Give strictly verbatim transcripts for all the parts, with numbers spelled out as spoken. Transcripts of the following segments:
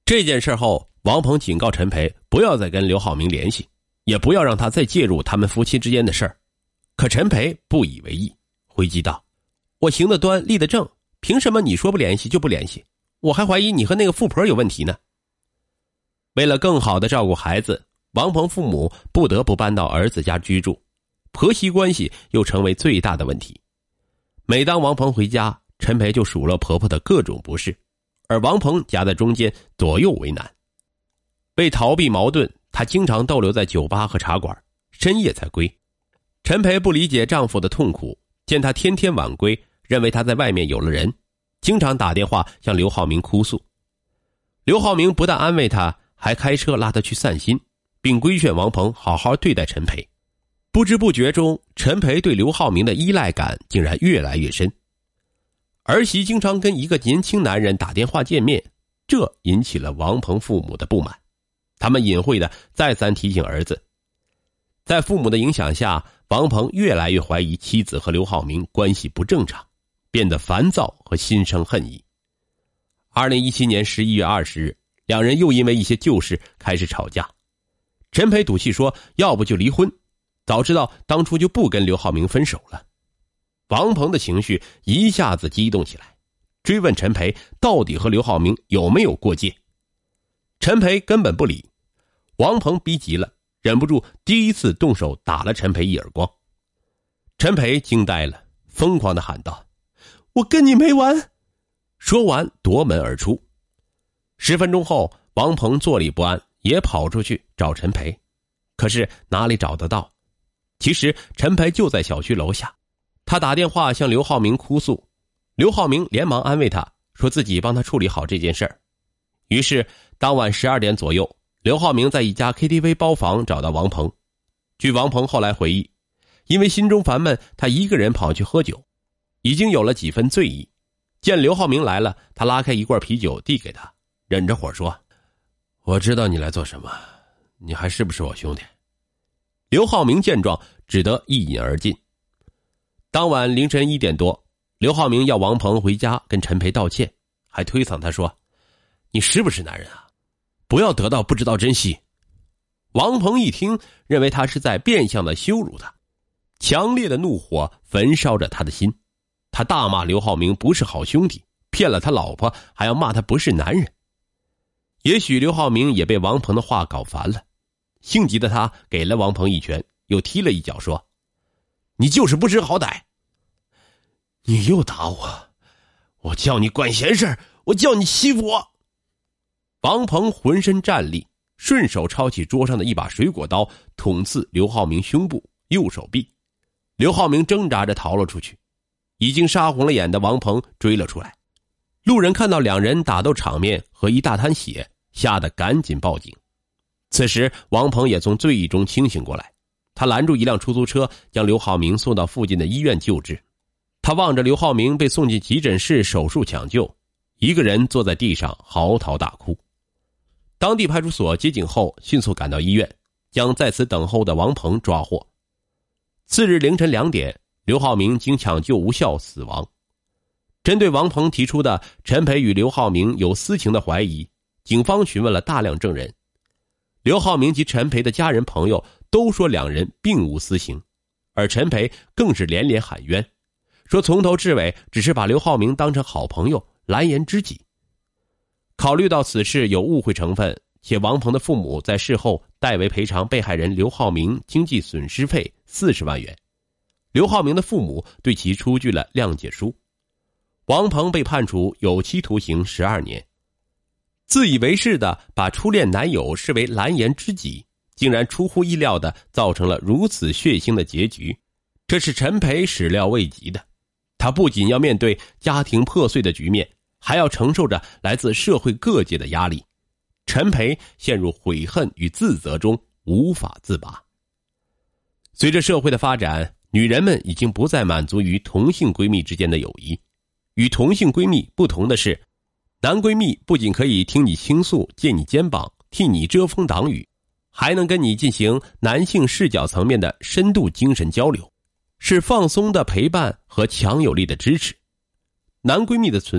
这件事后，王鹏警告陈培不要再跟刘浩明联系，也不要让他再介入他们夫妻之间的事儿。可陈培不以为意，回击道：我行得端，立得正，凭什么你说不联系就不联系？我还怀疑你和那个富婆有问题呢。为了更好地照顾孩子，王鹏父母不得不搬到儿子家居住，婆媳关系又成为最大的问题。每当王鹏回家，陈培就数落婆婆的各种不是，而王鹏夹在中间，左右为难。为逃避矛盾，她经常逗留在酒吧和茶馆，深夜才归。陈培不理解丈夫的痛苦，见她天天晚归，认为她在外面有了人，经常打电话向刘浩明哭诉。刘浩明不但安慰她，还开车拉她去散心，并规劝王鹏好好对待陈培。不知不觉中，陈培对刘浩明的依赖感竟然越来越深。儿媳经常跟一个年轻男人打电话见面，这引起了王鹏父母的不满。他们隐晦地再三提醒儿子。在父母的影响下，王鹏越来越怀疑妻子和刘浩明关系不正常，变得烦躁和心生恨意。二零一七年十一月二十日，两人又因为一些旧事开始吵架。陈培赌气说要不就离婚，早知道当初就不跟刘浩明分手了。王鹏的情绪一下子激动起来，追问陈培到底和刘浩明有没有过界。陈培根本不理，王鹏逼急了，忍不住第一次动手打了陈培一耳光。陈培惊呆了，疯狂地喊道：我跟你没完！说完夺门而出。十分钟后，王鹏坐立不安，也跑出去找陈培，可是哪里找得到？其实陈培就在小区楼下，他打电话向刘浩明哭诉，刘浩明连忙安慰他，说自己帮他处理好这件事儿。于是当晚十二点左右，刘浩明在一家 K T V 包房找到王鹏。据王鹏后来回忆，因为心中烦闷，他一个人跑去喝酒，已经有了几分醉意。见刘浩明来了，他拉开一罐啤酒递给他，忍着火说：我知道你来做什么，你还是不是我兄弟？刘浩明见状，只得一饮而尽。当晚凌晨一点多，刘浩明要王鹏回家跟陈培道歉，还推搡他说：你是不是男人啊？不要得到不知道珍惜。王鹏一听，认为他是在变相的羞辱他，强烈的怒火焚烧着他的心。他大骂刘浩明不是好兄弟，骗了他老婆，还要骂他不是男人。也许刘浩明也被王鹏的话搞烦了，性急的他给了王鹏一拳，又踢了一脚，说：你就是不知好歹。你又打我，我叫你管闲事，我叫你欺负我。王鹏浑身战栗，顺手抄起桌上的一把水果刀，捅刺刘浩明胸部、右手臂。刘浩明挣扎着逃了出去，已经杀红了眼的王鹏追了出来。路人看到两人打斗场面和一大滩血，吓得赶紧报警。此时王鹏也从醉意中清醒过来，他拦住一辆出租车，将刘浩明送到附近的医院救治。他望着刘浩明被送进急诊室手术抢救，一个人坐在地上嚎啕大哭。当地派出所接警后迅速赶到医院，将在此等候的王鹏抓获。次日凌晨两点，刘浩明经抢救无效死亡。针对王鹏提出的陈培与刘浩明有私情的怀疑，警方询问了大量证人。刘浩明及陈培的家人朋友都说两人并无私情，而陈培更是连连喊冤，说从头至尾只是把刘浩明当成好朋友、蓝颜知己。考虑到此事有误会成分，且王鹏的父母在事后代为赔偿被害人刘浩明经济损失费四十万元，刘浩明的父母对其出具了谅解书。王鹏被判处有期徒刑十二年。自以为是的把初恋男友视为蓝颜知己，竟然出乎意料的造成了如此血腥的结局，这是陈培始料未及的。他不仅要面对家庭破碎的局面，还要承受着来自社会各界的压力。陈培陷入悔恨与自责中无法自拔。随着社会的发展，女人们已经不再满足于同性闺蜜之间的友谊。与同性闺蜜不同的是，男闺蜜不仅可以听你倾诉、借你肩膀、替你遮风挡雨，还能跟你进行男性视角层面的深度精神交流，是放松的陪伴和强有力的支持。男闺蜜的存在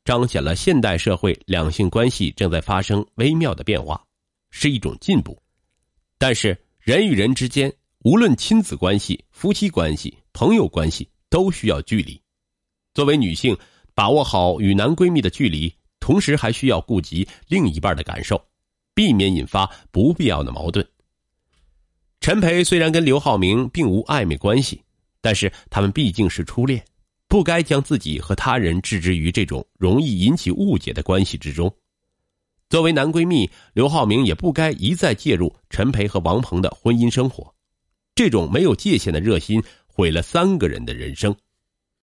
彰显了现代社会两性关系正在发生微妙的变化，是一种进步。但是人与人之间，无论亲子关系、夫妻关系、朋友关系，都需要距离。作为女性，把握好与男闺蜜的距离，同时还需要顾及另一半的感受，避免引发不必要的矛盾。陈培虽然跟刘浩明并无暧昧关系，但是他们毕竟是初恋，不该将自己和他人置之于这种容易引起误解的关系之中。作为男闺蜜，刘浩明也不该一再介入陈培和王鹏的婚姻生活，这种没有界限的热心毁了三个人的人生。